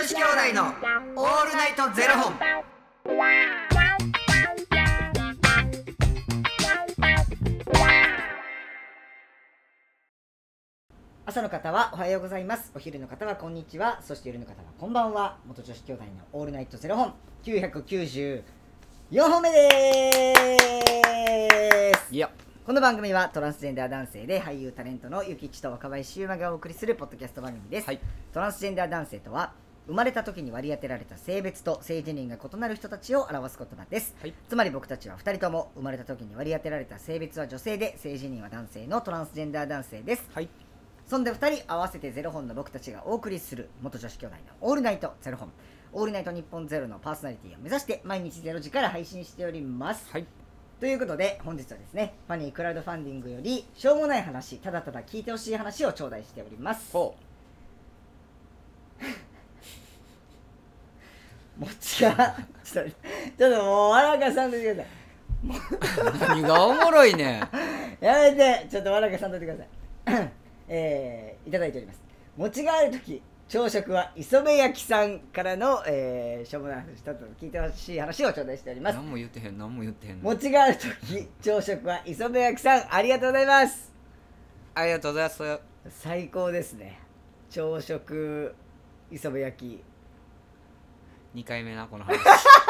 子兄弟のオールナイトゼロ本。 朝の方はおはようございます。お昼の方はこんにちは。そして夜の方はこんばんは。元女子兄弟のオールナイトゼロ本994本目です。 いや、 この番組はトランスジェンダー男性で俳優タレントのゆきちと若林優馬がお送りするポッドキャスト番組です、 はい、 トランスジェンダー男性とは生まれた時に割り当てられた性別と性自認が異なる人たちを表す言葉です、 はい、 つまり僕たちは2人とも生まれた時に割り当てられた性別は女性で性自認は男性のトランスジェンダー男性です、 はい、 そんで2人合わせてゼロ本の僕たちがお送りする元女子兄弟のオールナイトゼロ本、オールナイト日本ゼロのパーソナリティを目指して毎日0時から配信しております、 はい、 ということで本日はですね、ファニークラウドファンディングよりしょうもない話、ただただ聞いてほしい話を頂戴しております。 ほもちがちょっともう笑かさんといてくだう。何がおもろいねん。 さい。やめて、ちょっと笑かさんといてください。いただいております。餅があるとき朝食は磯辺焼きさんからの、しょうもない話、ただただ聞いてほしい話を頂戴しております。 何も言ってへん。 餅があるとき朝食は磯辺焼きさん、ありがとうございます。 ありがとうございます。 最高ですね。朝食磯辺焼き 2回目なこの話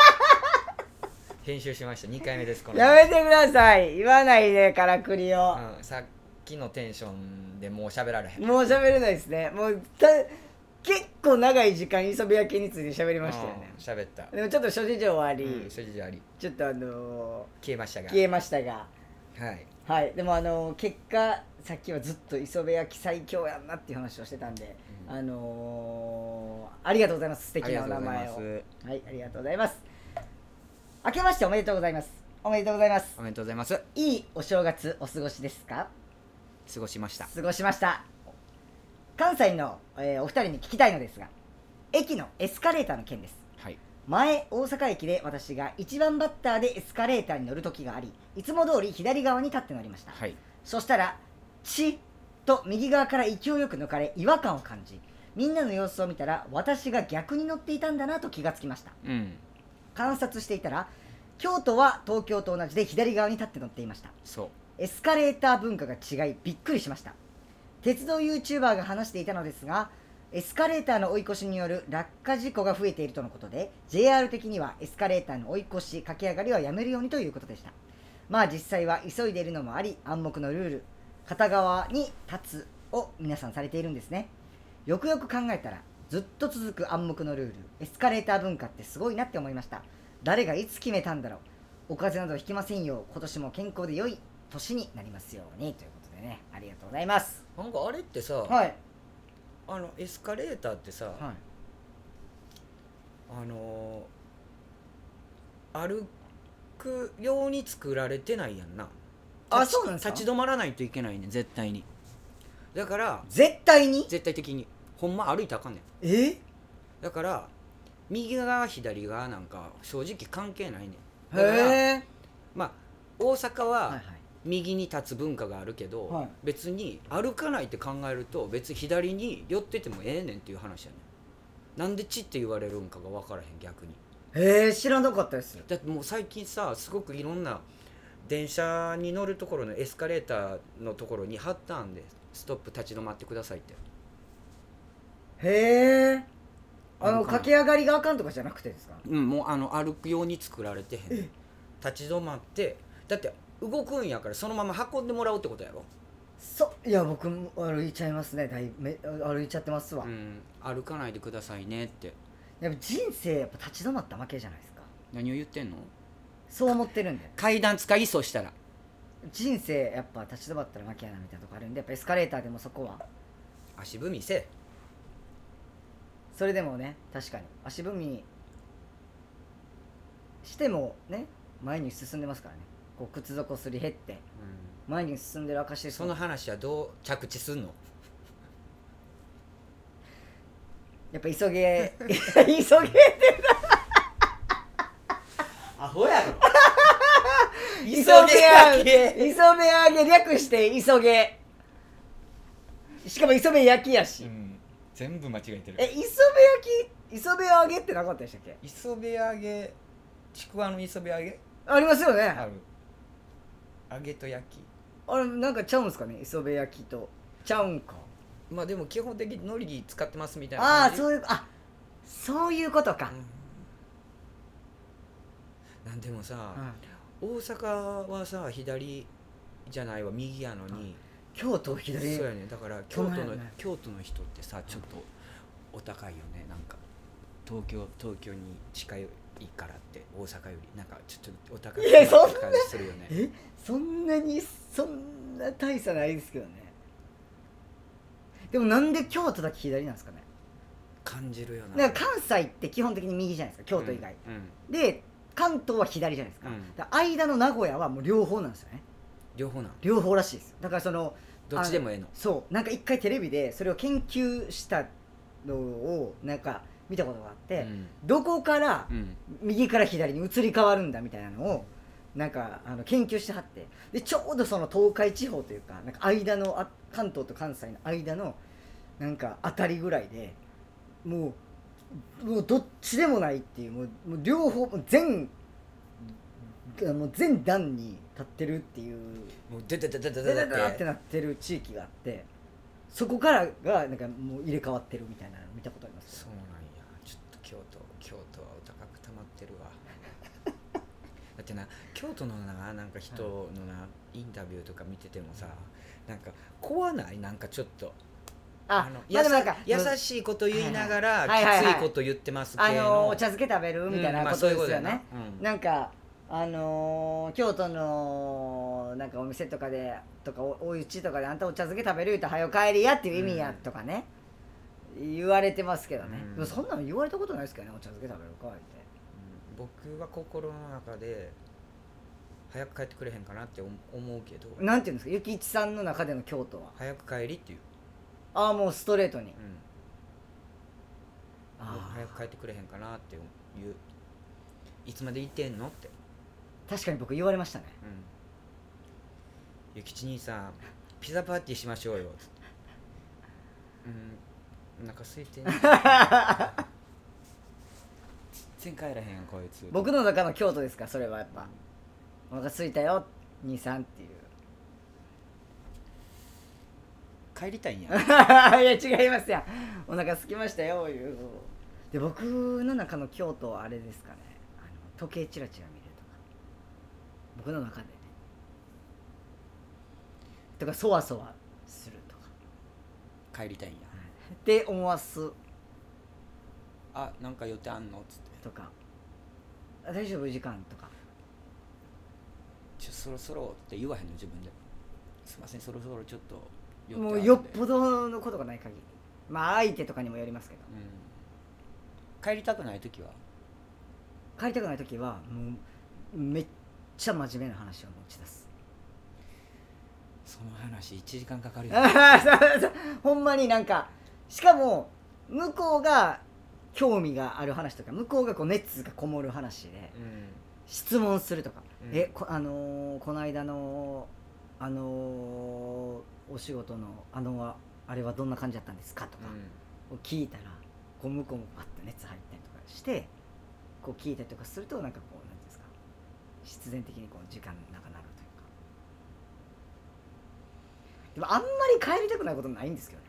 編集しました。2回目ですこのや話。 めてください、言わないでからくりを、 さっきのテンションでもう喋られへん。 もう喋れないですね。もう結構長い時間磯辺焼きについて喋りましたよね。 喋った。 でもちょっと諸事情あり、 諸事情ありちょっと消えましたがはい。 はい、でも結果さっきはずっと磯辺焼き最強やんなっていう話をしてたんで、ありがとうございます。素敵なお名前を。 ありがとうございます。 はい、ありがとうございます。明けましておめでとうございます。おめでとうございます。 おめでとうございます。 いいお正月お過ごしですか？ 過ごしました。 過ごしました。関西の、お二人に聞きたいのですが、駅のエスカレーターの件です。 はい。 前大阪駅で私が1番バッターでエスカレーターに乗る時があり、いつも通り左側に立って乗りました、 はい。 そしたらチッと右側から勢いよく抜かれ違和感を感じ、みんなの様子を見たら私が逆に乗っていたんだなと気がつきました。 うん。 観察していたら京都は東京と同じで左側に立って乗っていました。 そう。 エスカレーター文化が違いびっくりしました。鉄道 YouTuber が話していたのですが、エスカレーターの追い越しによる落下事故が増えているとのことで、 JR 的にはエスカレーターの追い越し駆け上がりはやめるようにということでした。まあ実際は急いでいるのもあり、暗黙のルール、片側に立つを皆さんされているんですね。よくよく考えたらずっと続く暗黙のルール、エスカレーター文化ってすごいなって思いました。誰がいつ決めたんだろう。お風邪などひきませんよう、今年も健康で良い年になりますようにということでね、ありがとうございます。 なんかあれってさ、 はい、 エスカレーターってさ、 はい、 歩くように作られてないやんな。 そうなんですか？ 立ち止まらないといけないねん、絶対に。だから絶対に絶対的にほんま歩いたらあかんねん。だから右側左側なんか正直関係ないねん。だからへえ。 まあ大阪ははいはい、 右に立つ文化があるけど、 はい、 別に歩かないって考えると別に左に寄っててもええねんっていう話やねん。なんでチって言われるんかが分からへん、逆に。 知らなかったです。 だってもう最近さ、すごくいろんな電車に乗るところのエスカレーターのところに貼ったんで、ストップ、立ち止まってくださいって。 へえ。駆け上がりがあかんとかじゃなくてですか？ うん、もう歩くように作られてへん。立ち止まって、だって動くんやからそのまま運んでもらうってことやろ。 いや僕も歩いちゃいますね。歩いちゃってますわ、 うん、歩かないでくださいねって。 やっぱ人生やっぱ立ち止まった負けじゃないですか。 何を言ってんの？ そう思ってるんで、 階段使いそうしたら人生やっぱ立ち止まったら負けやなみたいなとこあるんで、やっぱエスカレーターでもそこは足踏みせ。 それでもね、確かに足踏みしてもね、前に進んでますからね。こう靴底すり減って前に進んでる証です。 その話はどう着地すんの？ やっぱ急げ急げってアホやろ急げ上げ略して急げ、しかも磯辺焼きやし、 全部間違えてる。 磯辺焼きっ磯辺揚げってなかったでしたっけ？ 磯辺揚げ、ちくわの磯辺揚げありますよね。 ある。揚げと焼き。 あれなんかちゃうんすかね、磯辺焼きと。ちゃうんか。 まあでも基本的に海苔使ってますみたいなああ感じ。 そういうことか。 なんでもさ、 うん、 大阪はさ左じゃないわ、右やのに、 京都左。 そうやね。だから京都の、 ね、 京都の人ってさちょっとお高いよね。なんか東京に近いからって大阪よりなんかちょっとお高い感じするよね。 そんな大差ないですけどね。でもなんで京都だけ左なんですかね。 感じるよな。 だから関西って基本的に右じゃないですか、京都以外、で関東は左じゃないですか、だから間の名古屋はもう両方なんですよね。両方らしいですよ。だからそのどっちでもええの。 そうなんか一回テレビでそれを研究したのをなんか見たことがあって、どこから右から左に移り変わるんだみたいなのをなんか研究してはって、でちょうどその東海地方というか、なんか間の関東と関西の間のなんか当たりぐらいでもうどっちでもないっていう、もう両方全段に立ってるっていう、 もうでってなってる地域があって、そこからがなんかもう入れ替わってるみたいなの見たことあります。 そうなんや。ちょっと京都はお高く溜まってるわだってな、京都のなんか人のインタビューとか見ててもさ、なんか怖ない？なんかちょっと優しいこと言いながら、きついこと言ってます系の、 お茶漬け食べるみたいなことですよね。なんか京都のなんかお店とかお家とかであんたお茶漬け食べる言うたら早帰りやっていう意味やとかね、言われてますけどね、でもそんなの言われたことないですけどね、お茶漬け食べるかって、 僕は心の中で早く帰ってくれへんかなって思うけど。 なんていうんですか、ゆきいちさんの中での京都は早く帰りっていう。 もうストレートに、 早く帰ってくれへんかなっていう。いつまでいてんのって。 確かに僕言われましたね。 ゆきち兄さんピザパーティーしましょうよ。お腹空いてん全然帰らへんこいつ。 僕の中の京都ですか、それはやっぱ、お腹空いたよ兄さんっていう。 帰りたいんやいや違いますやん、お腹空きましたよいう。で僕の中の京都はあれですかね、時計チラチラ見るとか、僕の中でね、とかそわそわするとか、 帰りたいんやって思わす。 なんか予定あんのっつってとか、大丈夫時間とか、 そろそろって言わへんの自分で。すいませんそろそろちょっともうよっぽどのことがない限り、まあ相手とかにもよりますけど、 帰りたくないときはもうめっちゃ真面目な話を持ち出す。 その話1時間かかるよそうほんまになんか、しかも向こうが興味がある話とか、向こうがこう熱がこもる話で、質問するとか、この間のお仕事のあれはどんな感じだったんですかとかを聞いたら、こう向こうもパッと熱入ったりとかしてこう聞いたりとかすると、なんかこうなんていうんですか、必然的にこう時間なくなるというか。でもあんまり帰りたくないことないんですけ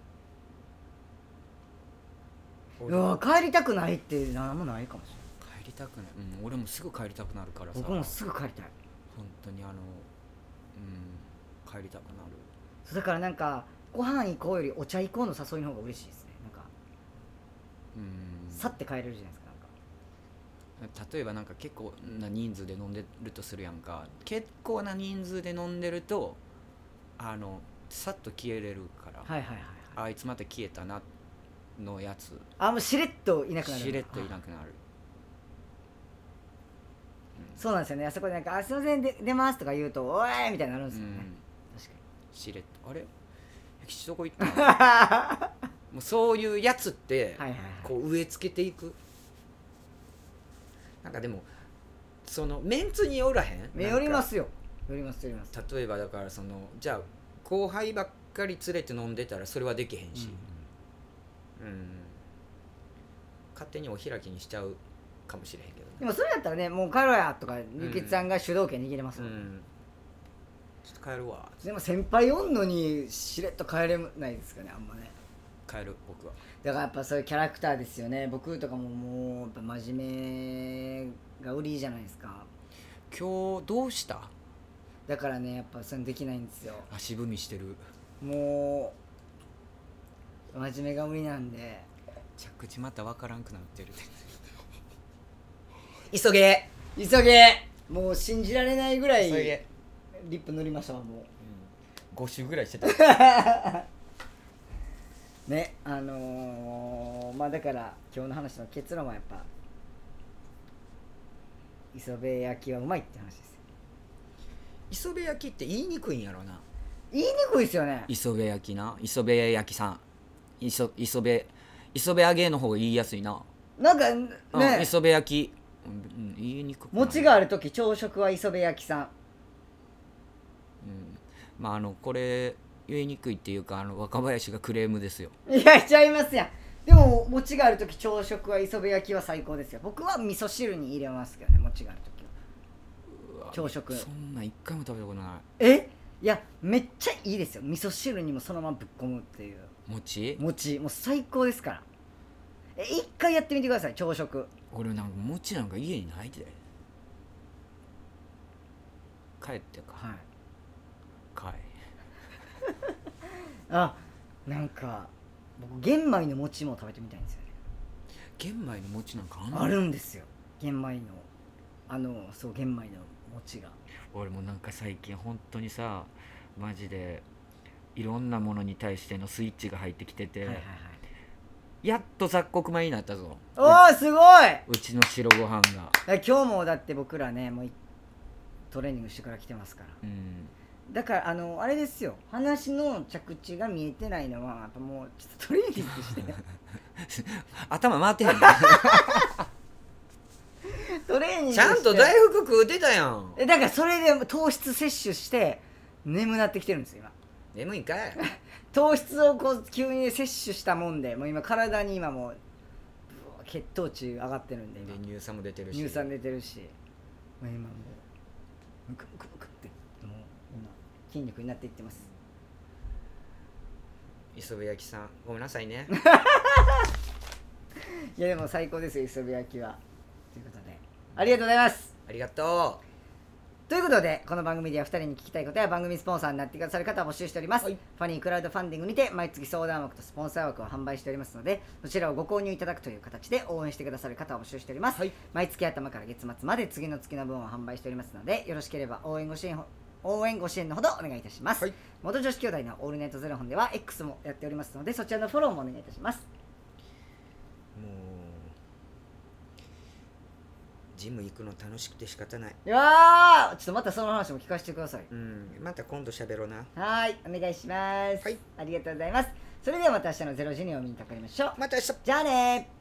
どね。帰りたくないって何もないかもしれない。 帰りたくない、俺もすぐ帰りたくなるからさ。 僕もすぐ帰りたい。 本当に帰りたくなる。 そうだからなんかご飯行こうよりお茶行こうの誘いの方が嬉しいですね。なんかさって帰れるじゃないですか。 なんか例えばなんか結構な人数で飲んでるとするやんか。結構な人数で飲んでるとさっと消えれるから、あいつまた消えたなのやつ、 もうしれっといなくなる。 しれっといなくなる。 そうなんですよね。あそこでなんかすいません出ますとか言うとおいみたいになるんですよね。確かにしれっと、あれ吉どこ行ったのもうそういうやつってこう植え付けていく。なんかでもそのメンツによらへん。 よりますよ。よります。 例えばだからじゃあ後輩ばっかり連れて飲んでたらそれはできへんし、 勝手にお開きにしちゃうかもしれへんけどでもそれやったらねもう帰ろうやとかゆきつさんが主導権握れますもん、 ちょっと帰るわ。 でも先輩おんのにしれっと帰れないですかねあんまね。 帰る僕は。 だからやっぱそういうキャラクターですよね。僕とかももうやっぱ真面目が売りじゃないですか。 今日どうした？ だからねやっぱそれできないんですよ。 足踏みしてる。 もう真面目が売りなんで。 着地また分からんくなってる。 急げ急げ、もう信じられないぐらい急げリップ塗りましたわも 5周ぐらいしてた。 うね。まあだから今日の話の結論はやっぱ磯辺焼きはうまいって話ですよ。 磯辺焼きって言いにくいんやろな。 言いにくいですよね。 磯辺焼きな、磯辺焼きさん、磯辺揚げの方が言いやすいな。 なんかね、 磯辺焼き、言いにくくない。 餅があるとき朝食は磯辺焼きさん。 まあこれ言いにくいっていうか若林がクレームですよ。 いやちゃいますやん。でも餅があるとき朝食は磯辺焼きは最高ですよ。僕は味噌汁に入れますけどね、餅があるときは。朝食そんな一回も食べたことない。 いやめっちゃいいですよ。味噌汁にもそのままぶっ込むっていう餅もう最高ですから。一回やってみてください朝食。 俺なんか餅なんか家にないで。帰ってか。 はい。 帰あ、なんか僕玄米の餅も食べてみたいんですよね。 玄米の餅なんかあんの？ あるんですよ玄米のそう玄米の餅が。 俺もなんか最近本当にさマジでいろんなものに対してのスイッチが入ってきてて、 はいはいやっと雑穀米になったぞ。 はい。おーすごうちの白ご飯が。 今日もだって僕らねもうトレーニングしてから来てますから。だからあれですよ、話の着地が見えてないのはやっぱもうちょっとトレーニングして頭回ってへんねトレーニングしてちゃんと大福食うてたやん。 だからそれで糖質摂取して眠なってきてるんですよ今。 眠いんかい。 糖質をこう急に摂取したもんでもう今体に今もう血糖値上がってるんでで今乳酸も出てるし。 乳酸出てるし、もう今もうムクムクムクってもう今筋肉になっていってます。 磯辺焼きさんごめんなさいね。 いやでも最高ですよ磯辺焼きは。ということでありがとうございます。 ありがとということでこの番組では2人に聞きたいことや番組スポンサーになってくださる方を募集しております、 はい。 ファニークラウドファンディングにて毎月相談枠とスポンサー枠を販売しておりますのでそちらをご購入いただくという形で応援してくださる方を募集しております、 はい。 毎月頭から月末まで次の月の分を販売しておりますのでよろしければ応援ご支援のほどお願いいたします、 はい。 元女子兄弟のオールナイトゼロ本では X もやっておりますのでそちらのフォローもお願いいたします。 もうジム行くの楽しくて仕方ない。 いやーちょっとまたその話も聞かせてください。 また今度喋ろうな。 はーいお願いします、 はい、 ありがとうございます。それではまた明日の0時にお目にかかりましょう。 また明日。 じゃあねー。